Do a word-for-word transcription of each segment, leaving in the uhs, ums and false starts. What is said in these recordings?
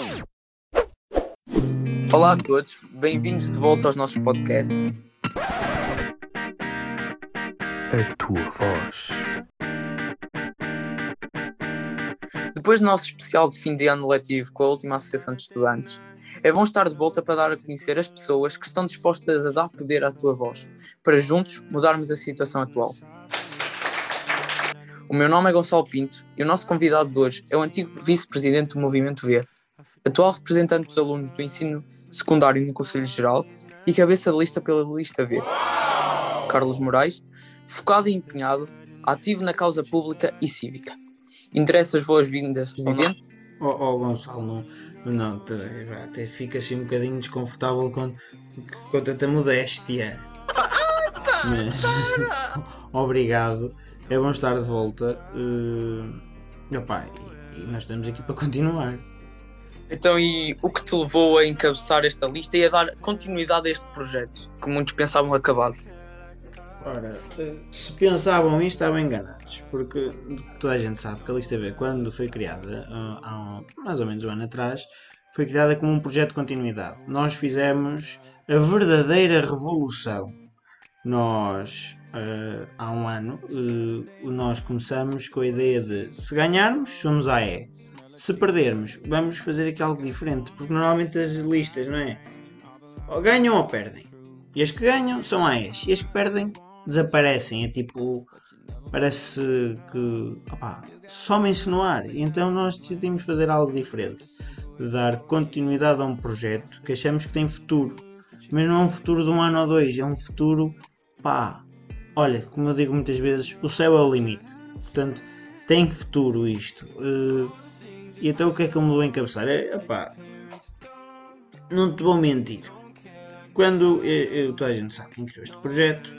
Olá a todos, bem-vindos de volta aos nossos podcasts. A tua voz. Depois do nosso especial de fim de ano letivo com a última Associação de Estudantes, é bom estar de volta para dar a conhecer as pessoas que estão dispostas a dar poder à tua voz, para juntos mudarmos a situação atual. O meu nome é Gonçalo Pinto e o nosso convidado de hoje é o antigo vice-presidente do Movimento Verde, atual representante dos alunos do ensino secundário no Conselho Geral e cabeça de lista pela lista V. Carlos Moraes, focado e empenhado, ativo na causa pública e cívica. Endereça as boas-vindas, Presidente. Oh, oh Gonçalo, não, não te, até fica assim um bocadinho desconfortável com, com tanta modéstia. Mas, obrigado, é bom estar de volta. Uh, opa, e, e nós estamos aqui para continuar. Então, e o que te levou a encabeçar esta lista e a dar continuidade a este projeto, que muitos pensavam acabado? Ora, se pensavam isto, estavam enganados, porque toda a gente sabe que a Lista V, quando foi criada, há um, mais ou menos um ano atrás, foi criada como um projeto de continuidade. Nós fizemos a verdadeira revolução. Nós, uh, há um ano, uh, nós começamos com a ideia de, se ganharmos, somos A E. Se perdermos, vamos fazer aqui algo diferente, porque normalmente as listas, não é? Ou ganham ou perdem. E as que ganham são A Es, e as que perdem desaparecem. É tipo, parece que opá, somem-se no ar. E então nós decidimos fazer algo diferente, de dar continuidade a um projeto que achamos que tem futuro, mas não é um futuro de um ano ou dois, é um futuro, pá, olha, como eu digo muitas vezes, o céu é o limite. Portanto, tem futuro isto. Uh, E então o que é que ele me levou a encabeçar? É, opá, não te vou mentir. Quando eu, eu, toda a gente sabe que criou este projeto,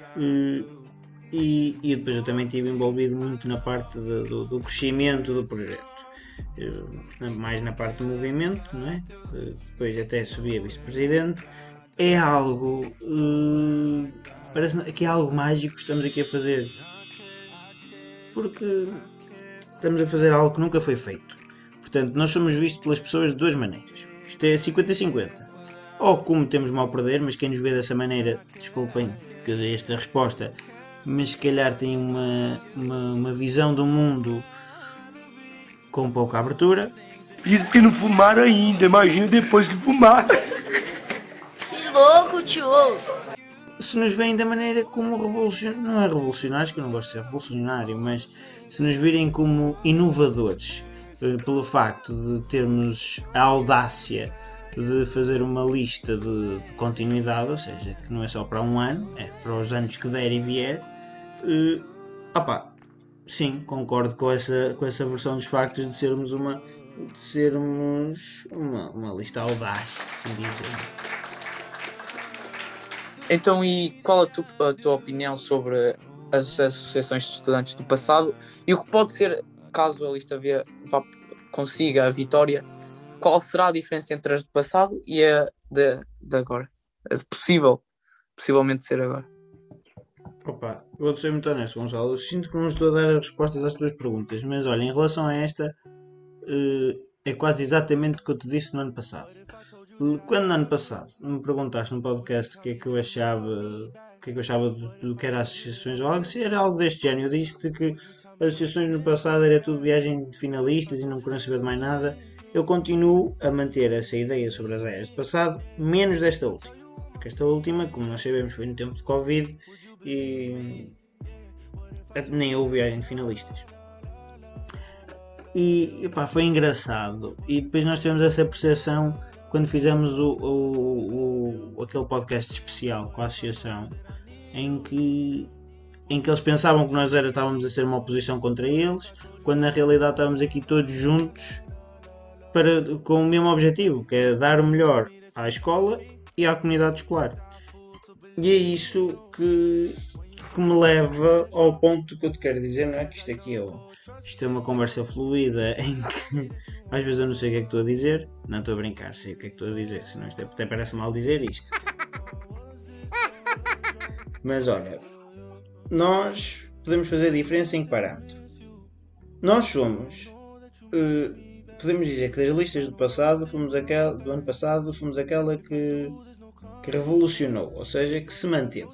e, e depois eu também estive envolvido muito na parte de, do, do crescimento do projeto. Eu, mais na parte do movimento, não é? Depois até subi a vice-presidente. É algo, uh, parece que é algo mágico que estamos aqui a fazer. Porque estamos a fazer algo que nunca foi feito. Portanto, nós somos vistos pelas pessoas de duas maneiras. Isto é cinquenta cinquenta. Ou como temos mal a perder, mas quem nos vê dessa maneira, desculpem que eu dei esta resposta, mas se calhar tem uma, uma, uma visão do mundo com pouca abertura. Isso porque não fumaram ainda, imagina depois que fumar. Que louco, tio! Se nos veem da maneira como revolucionários, não é revolucionários, que eu não gosto de ser revolucionário, mas se nos virem como inovadores, pelo facto de termos a audácia de fazer uma lista de, de continuidade, ou seja, que não é só para um ano, é para os anos que der e vier, uh, opá, sim, concordo com essa, com essa versão dos factos de sermos uma, de sermos uma, uma lista audaz, assim dizer. Então, e qual a, tu, a tua opinião sobre as associações de estudantes do passado e o que pode ser, caso a lista V vá, consiga a vitória, qual será a diferença entre as do passado e a de, de agora? A de possível, possivelmente ser agora. Opa, vou ser muito honesto, Gonçalo. Eu sinto que não estou a dar as respostas às tuas perguntas, mas olha, em relação a esta, é quase exatamente o que eu te disse no ano passado. Quando no ano passado me perguntaste no podcast o que é que eu achava, o que é que eu achava do, do que era associações ou algo, se era algo deste género, eu disse-te que as associações no passado era tudo viagem de finalistas e não queriam saber de mais nada. Eu continuo a manter essa ideia sobre as A Es do passado, menos desta última. Porque esta última, como nós sabemos, foi no tempo de Covid e nem houve viagem de finalistas. E epá, foi engraçado. E depois nós tivemos essa percepção quando fizemos o, o, o, aquele podcast especial com a associação, em que, em que eles pensavam que nós era, estávamos a ser uma oposição contra eles, quando na realidade estávamos aqui todos juntos para, com o mesmo objetivo, que é dar o melhor à escola e à comunidade escolar. E é isso que, que me leva ao ponto que eu te quero dizer, não é que isto aqui é, isto é uma conversa fluida em que às vezes eu não sei o que é que estou a dizer, não estou a brincar, sei o que é que estou a dizer, senão isto até parece mal dizer isto. Mas olha, nós podemos fazer a diferença em que parâmetro? Nós somos uh, podemos dizer que das listas do passado, fomos aquela, do ano passado, fomos aquela que, que revolucionou, ou seja, que se manteve.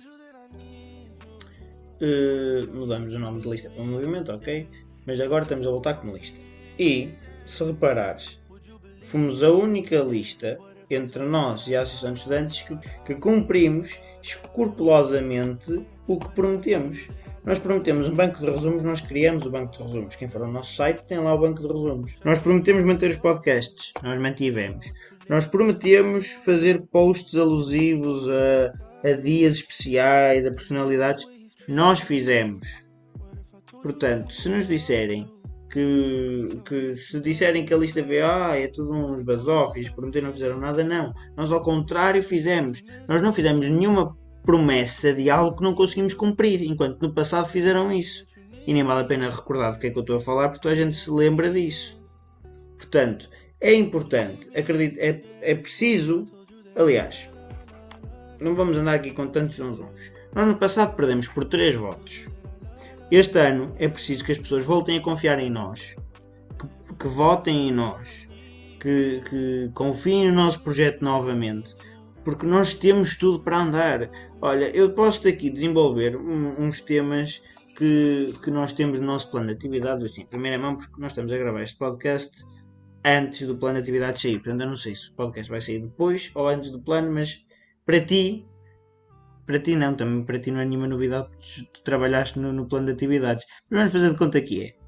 Uh, mudamos o nome de lista para um movimento, ok? Mas agora estamos a voltar como lista. E, se reparares, fomos a única lista entre nós e a Associação de Estudantes que, que cumprimos escrupulosamente o que prometemos. Nós prometemos um banco de resumos, nós criamos o banco de resumos. Quem for ao nosso site tem lá o banco de resumos. Nós prometemos manter os podcasts, nós mantivemos. Nós prometemos fazer posts alusivos a, a dias especiais, a personalidades. Nós fizemos. Portanto, se nos disserem que, que se disserem que a lista V A é tudo uns basófios, prometeram não fizeram nada, não. Nós ao contrário fizemos. Nós não fizemos nenhuma promessa de algo que não conseguimos cumprir, enquanto no passado fizeram isso. E nem vale a pena recordar do que é que eu estou a falar, porque toda a gente se lembra disso. Portanto, é importante, acredito, é, é preciso, aliás, não vamos andar aqui com tantos zunzuns. Nós no passado perdemos por três votos. Este ano é preciso que as pessoas voltem a confiar em nós, que, que votem em nós, que, que confiem no nosso projeto novamente, porque nós temos tudo para andar. Olha, eu posso daqui desenvolver um, uns temas que, que nós temos no nosso plano de atividades, assim, em primeira mão, porque nós estamos a gravar este podcast antes do plano de atividades sair. Portanto, eu não sei se o podcast vai sair depois ou antes do plano, mas para ti... Para ti não, também para ti não é nenhuma novidade, porque tu trabalhaste no, no plano de atividades. Mas vamos fazer de conta que é.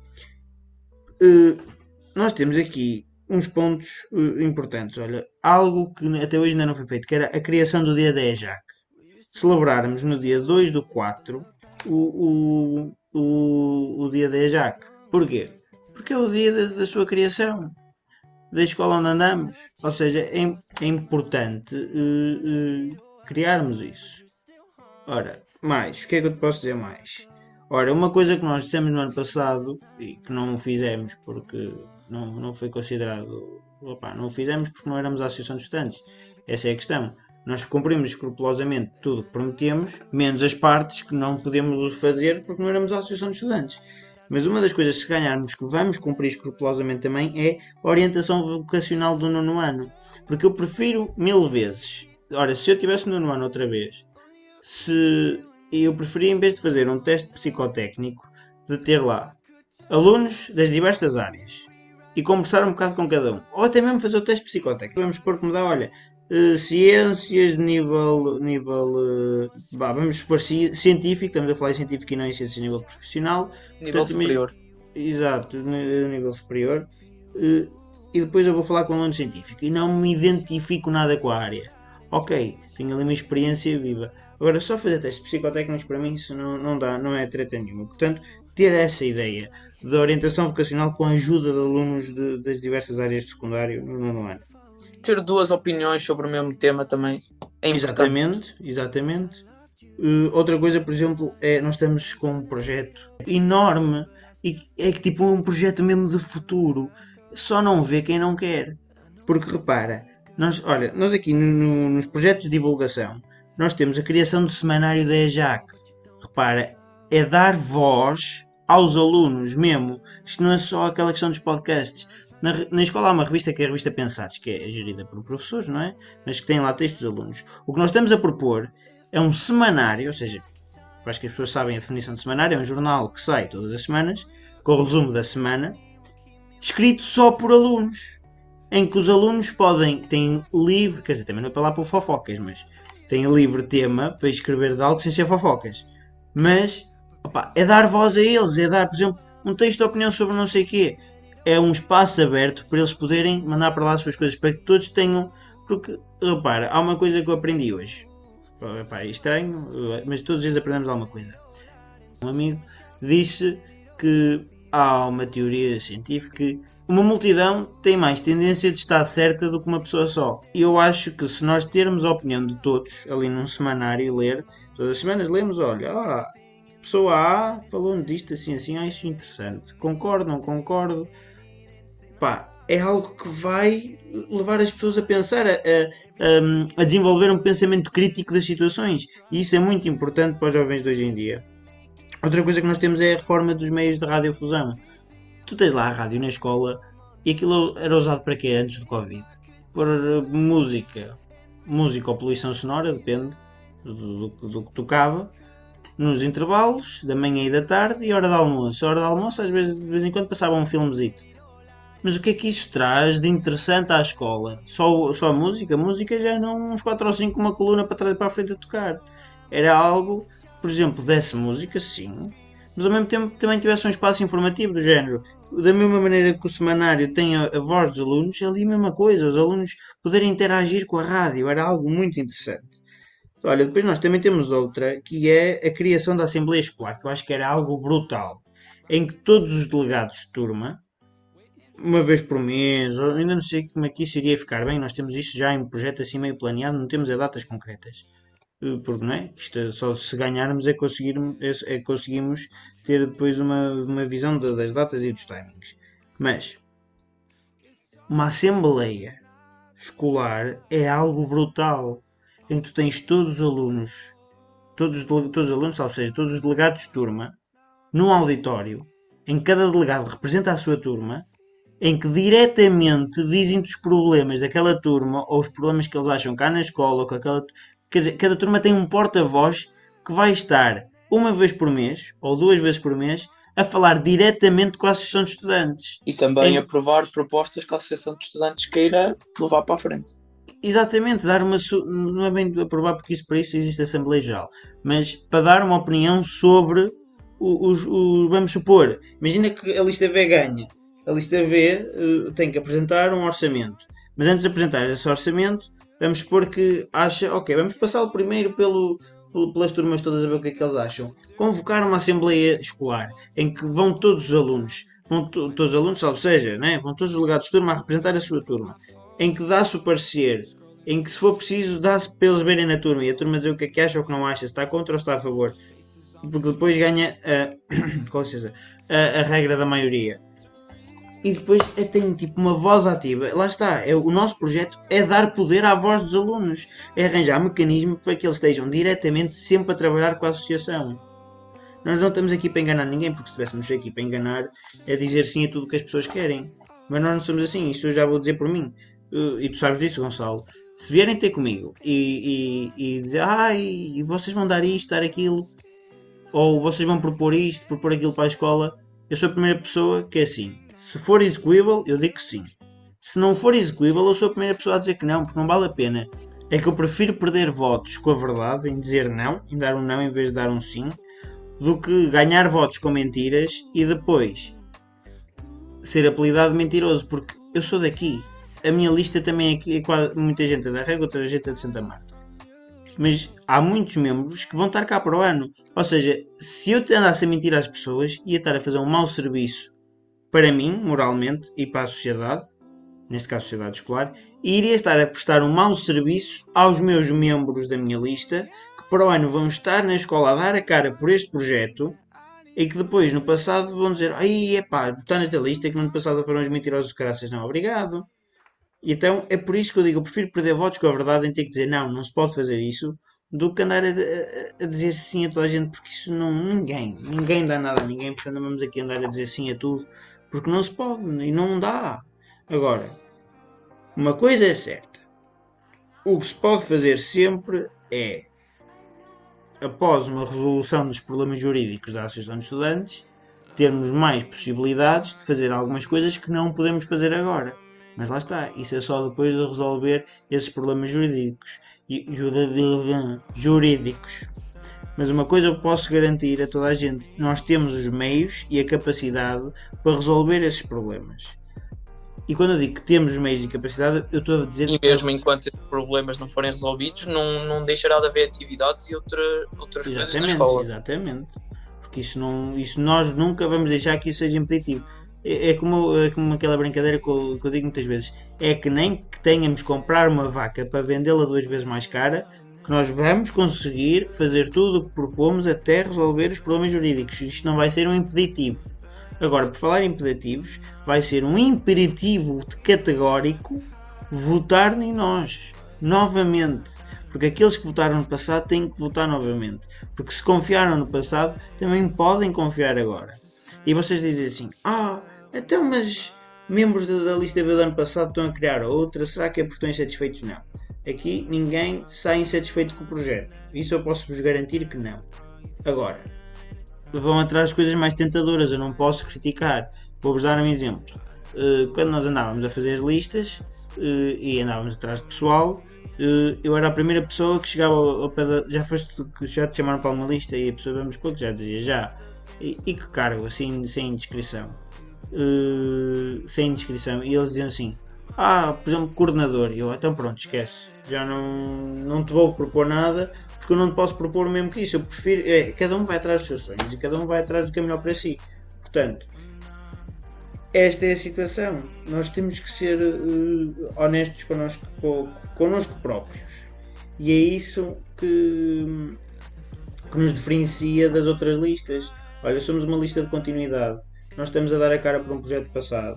Uh, nós temos aqui uns pontos uh, importantes. Olha, algo que até hoje ainda não foi feito, que era a criação do dia da E J A C. Celebrarmos no dia dois do quatro o, o, o, o dia da E J A C. Porquê? Porque é o dia da, da sua criação, da escola onde andamos. Ou seja, é, é importante uh, uh, criarmos isso. Ora, mais, o que é que eu te posso dizer mais? Ora, uma coisa que nós dissemos no ano passado e que não fizemos porque não, não foi considerado, opa, não fizemos porque não éramos a Associação de Estudantes. Essa é a questão. Nós cumprimos escrupulosamente tudo o que prometemos, menos as partes que não podemos fazer porque não éramos a Associação de Estudantes. Mas uma das coisas, se ganharmos, que vamos cumprir escrupulosamente também é a orientação vocacional do nono ano. Porque eu prefiro mil vezes. Ora, se eu tivesse no nono ano outra vez, se eu preferia, em vez de fazer um teste psicotécnico, de ter lá alunos das diversas áreas e conversar um bocado com cada um, ou até mesmo fazer o teste psicotécnico. Vamos supor que me dá, olha, uh, ciências nível, nível uh, bah, vamos supor ci- científico, estamos a falar em científico e não em ciências nível profissional, Nível portanto, superior. Mesmo, exato, no nível superior, uh, e depois eu vou falar com um aluno científico e não me identifico nada com a área. Ok, tenho ali uma experiência viva. Agora, só fazer testes psicotécnicos para mim isso não, não dá, não é treta nenhuma. Portanto, ter essa ideia de orientação vocacional com a ajuda de alunos de, das diversas áreas de secundário no nono ano. Ter duas opiniões sobre o mesmo tema também é importante. Exatamente, exatamente. Uh, outra coisa, por exemplo, é nós estamos com um projeto enorme e é que tipo um projeto mesmo de futuro. Só não vê quem não quer. Porque repara, nós, olha, nós aqui no, nos projetos de divulgação, nós temos a criação do semanário da E J A C. Repara, é dar voz aos alunos mesmo. Isto não é só aquela questão dos podcasts. Na, na escola há uma revista que é a revista Pensados, que é gerida por professores, não é? Mas que tem lá textos dos alunos. O que nós estamos a propor é um semanário, ou seja, acho que as pessoas sabem a definição de semanário, é um jornal que sai todas as semanas, com o resumo da semana, escrito só por alunos. Em que os alunos podem, têm livre, quer dizer, também não é para lá por fofocas, mas têm livre tema para escrever de algo sem ser fofocas. Mas, opa, é dar voz a eles, é dar, por exemplo, um texto de opinião sobre não sei o quê. É um espaço aberto para eles poderem mandar para lá as suas coisas, para que todos tenham... Porque, repara, há uma coisa que eu aprendi hoje. Epá, é estranho, mas todos os dias aprendemos alguma coisa. Um amigo disse que há uma teoria científica que uma multidão tem mais tendência de estar certa do que uma pessoa só. E eu acho que se nós termos a opinião de todos ali num semanário e ler, todas as semanas lemos, olha, ah, pessoa A falou-me disto assim assim, ah, isso é interessante. Concordo, não concordo. Pá, é algo que vai levar as pessoas a pensar, a, a, a desenvolver um pensamento crítico das situações. E isso é muito importante para os jovens de hoje em dia. Outra coisa que nós temos é a reforma dos meios de radiodifusão. Tu tens lá a rádio na escola, E aquilo era usado para quê antes do Covid? Por música, música ou poluição sonora, depende do, do, do que tocava, nos intervalos da manhã e da tarde e hora de almoço. A hora de almoço, às vezes, de vez em quando, passava um filmezito. Mas o que é que isso traz de interessante à escola? Só, só a música? A música já não uns quatro ou cinco, uma coluna para trás e para a frente a tocar. Era algo, por exemplo, dessa música, sim, mas ao mesmo tempo também tivesse um espaço informativo do género. Da mesma maneira que o semanário tem a, a voz dos alunos, ali a mesma coisa, os alunos poderem interagir com a rádio, era algo muito interessante. Olha, depois nós também temos outra, que é a criação da Assembleia Escolar, que eu acho que era algo brutal, em que todos os delegados de turma, uma vez por mês, ou ainda não sei como é que isso iria ficar bem, nós temos isto já em projeto assim meio planeado, não temos a datas concretas. Porque não é? Isto é só se ganharmos é, conseguir, é, é conseguimos ter depois uma, uma visão de, das datas e dos timings. Mas uma assembleia escolar é algo brutal, em que tu tens todos os alunos, todos os, todos os alunos, ou seja, todos os delegados de turma, num auditório, em que cada delegado representa a sua turma, em que diretamente dizem os problemas daquela turma ou os problemas que eles acham cá na escola, ou com aquela. Quer dizer, cada turma tem um porta-voz que vai estar uma vez por mês ou duas vezes por mês a falar diretamente com a Associação de Estudantes. E também em... aprovar propostas que a Associação de Estudantes queira levar para a frente. Exatamente, dar uma. Não é bem aprovar porque isso para isso existe a Assembleia Geral, mas para dar uma opinião sobre os. Vamos supor, imagina que a lista V ganha. A lista V uh, tem que apresentar um orçamento, mas antes de apresentar esse orçamento, vamos supor que acha, ok, vamos passá-lo primeiro pelo, pelo, pelas turmas todas a ver o que é que eles acham. Convocar uma assembleia escolar em que vão todos os alunos, vão to, todos os alunos, salvo seja, né? Vão todos os delegados de turma a representar a sua turma, em que dá-se o parecer, em que se for preciso dá-se para eles verem na turma e a turma dizer o que é que acha ou o que não acha, se está contra ou se está a favor, porque depois ganha a, com licença, a, a regra da maioria. E depois é, tem tipo uma voz ativa. Lá está, é, o nosso projeto é dar poder à voz dos alunos. É arranjar mecanismo para que eles estejam diretamente sempre a trabalhar com a associação. Nós não estamos aqui para enganar ninguém, porque se estivéssemos aqui para enganar é dizer sim a tudo o que as pessoas querem. Mas nós não somos assim, isto eu já vou dizer por mim. E tu sabes disso, Gonçalo. Se vierem ter comigo e, e, e dizer, ai, ah, vocês vão dar isto, dar aquilo, ou vocês vão propor isto, propor aquilo para a escola, eu sou a primeira pessoa que é assim. Se for execuível, eu digo que sim. Se não for execuível, eu sou a primeira pessoa a dizer que não, porque não vale a pena. É que eu prefiro perder votos com a verdade, em dizer não, em dar um não em vez de dar um sim, do que ganhar votos com mentiras e depois ser apelidado de mentiroso, porque eu sou daqui. A minha lista também é aqui, é quase, muita gente é da Régua, outra gente é de Santa Marta. Mas há muitos membros que vão estar cá para o ano. Ou seja, se eu andasse a mentir às pessoas, ia estar a fazer um mau serviço para mim, moralmente, e para a sociedade, neste caso a sociedade escolar, e iria estar a prestar um mau serviço aos meus membros da minha lista, que para o ano vão estar na escola a dar a cara por este projeto, e que depois, no passado, vão dizer, ai, é pá, está nesta lista, que no ano passado foram os mentirosos de caraças, não, obrigado. E então, é por isso que eu digo, eu prefiro perder votos com a verdade em ter que dizer, não, não se pode fazer isso, do que andar a, a, a dizer sim a toda a gente, porque isso não, ninguém, ninguém dá nada a ninguém, portanto não vamos aqui andar a dizer sim a tudo, porque não se pode, e não dá. Agora, uma coisa é certa, o que se pode fazer sempre é, após uma resolução dos problemas jurídicos da Associação de Estudantes, termos mais possibilidades de fazer algumas coisas que não podemos fazer agora. Mas lá está, isso é só depois de resolver esses problemas jurídicos. jurídicos. Mas uma coisa eu posso garantir a toda a gente, nós temos os meios e a capacidade para resolver esses problemas. E quando eu digo que temos os meios e capacidade, eu estou a dizer... E mesmo que enquanto esses problemas não forem resolvidos, não, não deixará de haver atividades e outra, outras coisas na escola. Exatamente, porque isso, não, isso nós nunca vamos deixar que isso seja impeditivo. É, é, como, é como aquela brincadeira que eu, que eu digo muitas vezes, é que nem que tenhamos que comprar uma vaca para vendê-la duas vezes mais cara, que nós vamos conseguir fazer tudo o que propomos até resolver os problemas jurídicos. Isto não vai ser um impeditivo. Agora, por falar em impeditivos, vai ser um imperativo categórico votar em nós, novamente. Porque aqueles que votaram no passado têm que votar novamente. Porque se confiaram no passado, também podem confiar agora. E vocês dizem assim, ah, então mas, membros da, da lista B do ano passado estão a criar outra, será que é porque estão insatisfeitos? Não. Aqui ninguém sai insatisfeito com o projeto, isso eu posso-vos garantir que não. Agora, vão atrás de coisas mais tentadoras, eu não posso criticar. Vou-vos dar um exemplo. Quando nós andávamos a fazer as listas e andávamos atrás de pessoal, eu era a primeira pessoa que chegava ao pé da... Já foste que já te chamaram para uma lista e a pessoa vamos pouco, já dizia já. E, e que cargo, assim, sem indiscrição. Uh, sem indiscrição. E eles diziam assim: ah, por exemplo, coordenador. E eu, então pronto, esquece. Já não, não te vou propor nada, porque eu não te posso propor o mesmo que isso. Eu prefiro. É, cada um vai atrás dos seus sonhos e cada um vai atrás do que é melhor para si. Portanto, esta é a situação. Nós temos que ser uh, honestos connosco, connosco próprios. E é isso que, que nos diferencia das outras listas. Olha, somos uma lista de continuidade. Nós estamos a dar a cara por um projeto passado.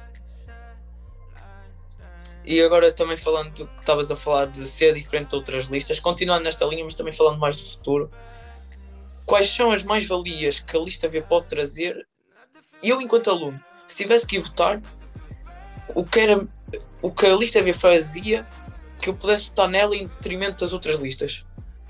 E agora também falando do que estavas a falar de ser diferente de outras listas, continuando nesta linha, mas também falando mais do futuro, quais são as mais-valias que a lista V pode trazer? Eu, enquanto aluno, se tivesse que ir votar, o que, era, o que a lista V fazia, que eu pudesse votar nela em detrimento das outras listas?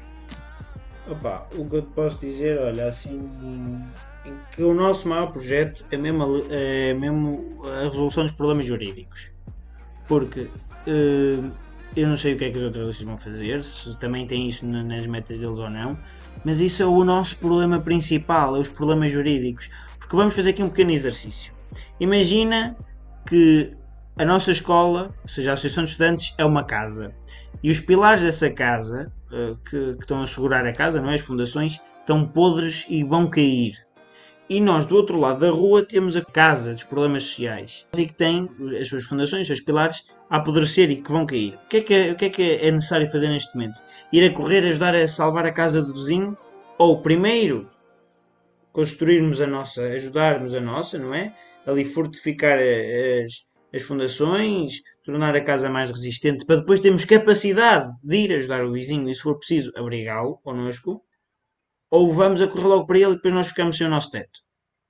Opa, o que eu te posso dizer, olha, assim, que o nosso maior projeto é mesmo a, é mesmo a resolução dos problemas jurídicos. Porque uh, eu não sei o que é que as outras listas vão fazer, se também tem isso nas metas deles ou não, mas isso é o nosso problema principal, é os problemas jurídicos. Porque vamos fazer aqui um pequeno exercício. Imagina que a nossa escola, ou seja, a Associação de Estudantes, é uma casa. E os pilares dessa casa, uh, que, que estão a segurar a casa, não é? As fundações, estão podres e vão cair. E nós, do outro lado da rua, temos a casa dos problemas sociais, e que tem as suas fundações, os seus pilares, a apodrecer e que vão cair. O que é que é, o que é, que é necessário fazer neste momento? Ir a correr, ajudar a salvar a casa do vizinho? Ou, primeiro, construirmos a nossa, ajudarmos a nossa, não é? Ali fortificar as, as fundações, tornar a casa mais resistente, para depois termos capacidade de ir ajudar o vizinho e, se for preciso, abrigá-lo connosco. Ou vamos a correr logo para ele e depois nós ficamos sem o nosso teto.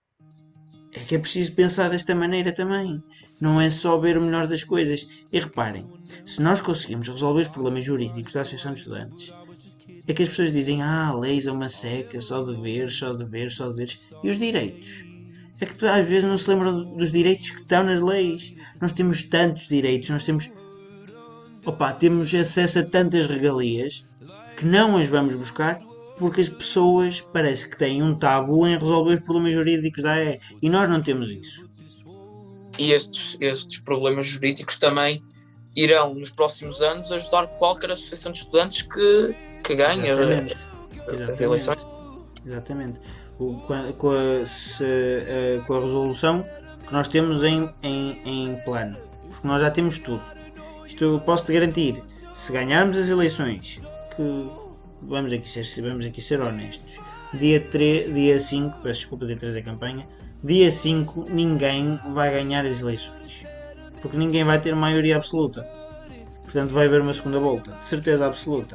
É que é preciso pensar desta maneira também. Não é só ver o melhor das coisas. E reparem, se nós conseguimos resolver os problemas jurídicos da Associação de Estudantes, é que as pessoas dizem, ah, leis é uma seca, só deveres, só deveres, só deveres. E os direitos? É que às vezes não se lembram dos direitos que estão nas leis. Nós temos tantos direitos, nós temos... Opa, temos acesso a tantas regalias que não as vamos buscar porque as pessoas parece que têm um tabu em resolver os problemas jurídicos da A E e nós não temos isso. E estes, estes problemas jurídicos também irão nos próximos anos ajudar qualquer associação de estudantes que, que ganhe Exatamente. as Exatamente. eleições. Exatamente. O, com, a, com, a, se, a, com a resolução que nós temos em, em, em plano. Porque nós já temos tudo. Isto eu posso-te garantir. Se ganharmos as eleições, que vamos aqui ser, vamos aqui ser honestos, dia, três, dia cinco, peço desculpa de três a campanha, dia cinco ninguém vai ganhar as eleições. Porque ninguém vai ter maioria absoluta. Portanto vai haver uma segunda volta. De certeza absoluta.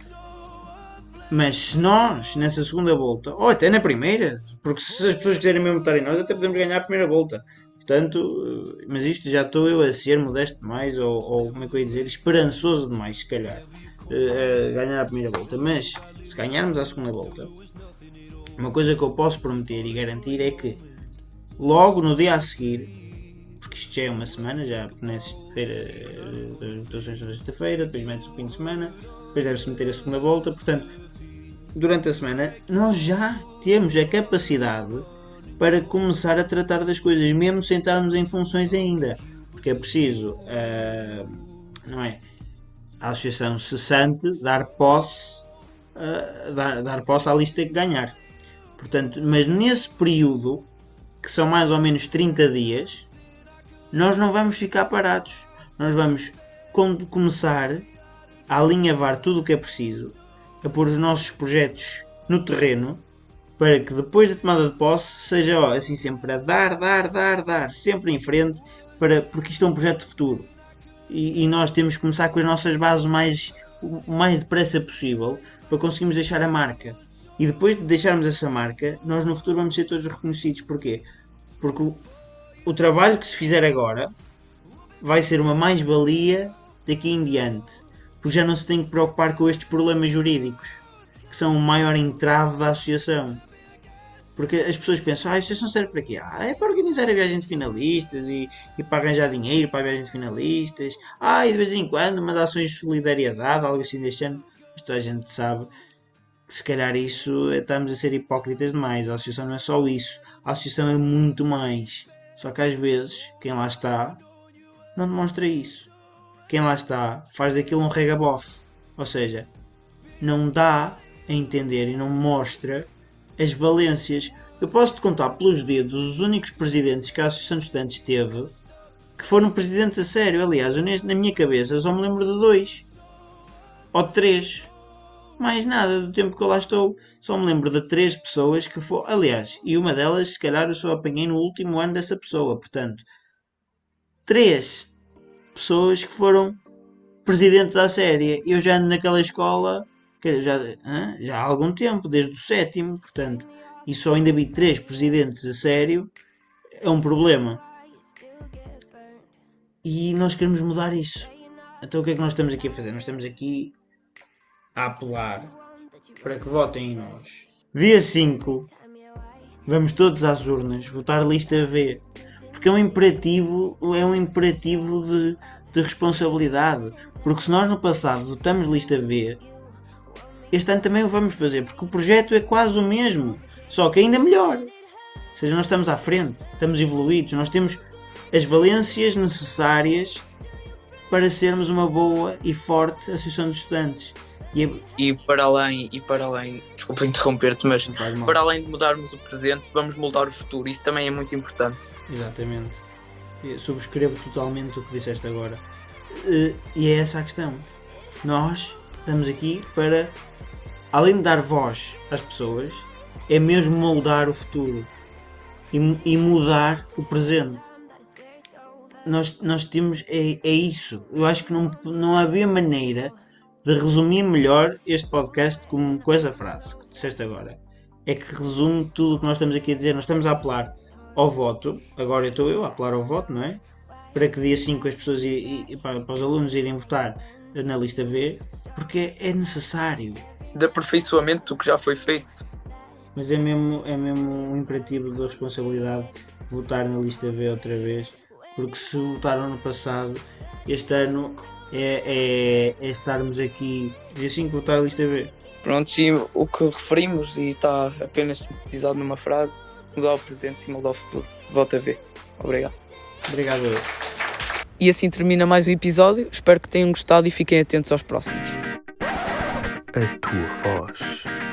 Mas se nós, nessa segunda volta, ou até na primeira, porque se as pessoas quiserem mesmo votar em nós, até podemos ganhar a primeira volta. Portanto, mas isto já estou eu a ser modesto demais, ou, ou como é que eu ia dizer, esperançoso demais, se calhar, a ganhar a primeira volta. Mas, se ganharmos a segunda volta, uma coisa que eu posso prometer e garantir é que, logo no dia a seguir, porque isto já é uma semana, já na sexta-feira, as votações na sexta-feira, depois mete-se o fim de semana, depois deve-se meter a segunda volta, portanto, durante a semana, nós já temos a capacidade para começar a tratar das coisas, mesmo sem estarmos em funções ainda, porque é preciso, uh, não é, a associação cessante dar posse, uh, dar, dar posse à lista que ganhar. Portanto, mas nesse período, que são mais ou menos trinta dias, nós não vamos ficar parados, nós vamos começar a alinhavar tudo o que é preciso, a pôr os nossos projetos no terreno, para que depois da tomada de posse seja ó, assim sempre a dar, dar, dar, dar, sempre em frente, para, porque isto é um projeto de futuro. E, e nós temos que começar com as nossas bases mais, o mais depressa possível, para conseguirmos deixar a marca. E depois de deixarmos essa marca, nós no futuro vamos ser todos reconhecidos. Porquê? Porque o, o trabalho que se fizer agora vai ser uma mais-valia daqui em diante, porque já não se tem que preocupar com estes problemas jurídicos, que são o maior entrave da associação. Porque as pessoas pensam, ah, a associação serve para quê? Ah, é para organizar a viagem de finalistas e, e para arranjar dinheiro para a viagem de finalistas. Ah, e de vez em quando umas ações de solidariedade, algo assim deste ano. Mas toda a gente sabe que se calhar isso estamos a ser hipócritas demais. A associação não é só isso. A associação é muito mais. Só que às vezes, quem lá está, não demonstra isso. Quem lá está faz daquilo um regabof. Ou seja, não dá a entender e não mostra as valências. Eu posso-te contar pelos dedos os únicos presidentes que a Associação de Estudantes teve que foram presidentes a sério. Aliás, eu, na minha cabeça só me lembro de dois ou de três. Mais nada do tempo que eu lá estou. Só me lembro de três pessoas que foram. Aliás, e uma delas, se calhar, eu só apanhei no último ano dessa pessoa. Portanto, três pessoas que foram presidentes à séria. Eu já ando naquela escola já, já há algum tempo, desde o sétimo, portanto, e só ainda vi três presidentes a sério, é um problema. E nós queremos mudar isso. Então o que é que nós estamos aqui a fazer? Nós estamos aqui a apelar para que votem em nós. Dia cinco, vamos todos às urnas, votar lista V, porque é um imperativo, é um imperativo de, de responsabilidade, porque se nós no passado votamos lista V, este ano também o vamos fazer, porque o projeto é quase o mesmo, só que ainda melhor. Ou seja, nós estamos à frente, estamos evoluídos, nós temos as valências necessárias para sermos uma boa e forte associação de estudantes. E, é... e para além, e para além, desculpa interromper-te, mas para além de mudarmos o presente, vamos moldar o futuro, isso também é muito importante. Exatamente. Eu subscrevo totalmente o que disseste agora. E é essa a questão. Nós estamos aqui para, além de dar voz às pessoas, é mesmo moldar o futuro e, e mudar o presente. Nós, nós temos, é, é isso. Eu acho que não, não havia maneira de resumir melhor este podcast com, com essa frase que disseste agora. É que resume tudo o que nós estamos aqui a dizer. Nós estamos a apelar ao voto, agora estou eu a apelar ao voto, não é? Para que dia cinco as pessoas e, e, para, para os alunos irem votar na lista V, porque é necessário. De aperfeiçoamento do que já foi feito. Mas é mesmo, é mesmo um imperativo de responsabilidade votar na lista V outra vez, porque se votaram no passado, este ano é, é, é estarmos aqui dia cinco votar na lista V. Pronto, e o que referimos, e está apenas sintetizado numa frase, mudar o presente e mudar o futuro. Vota V. Obrigado. Obrigado. E assim termina mais um episódio. Espero que tenham gostado e fiquem atentos aos próximos. A tua voz.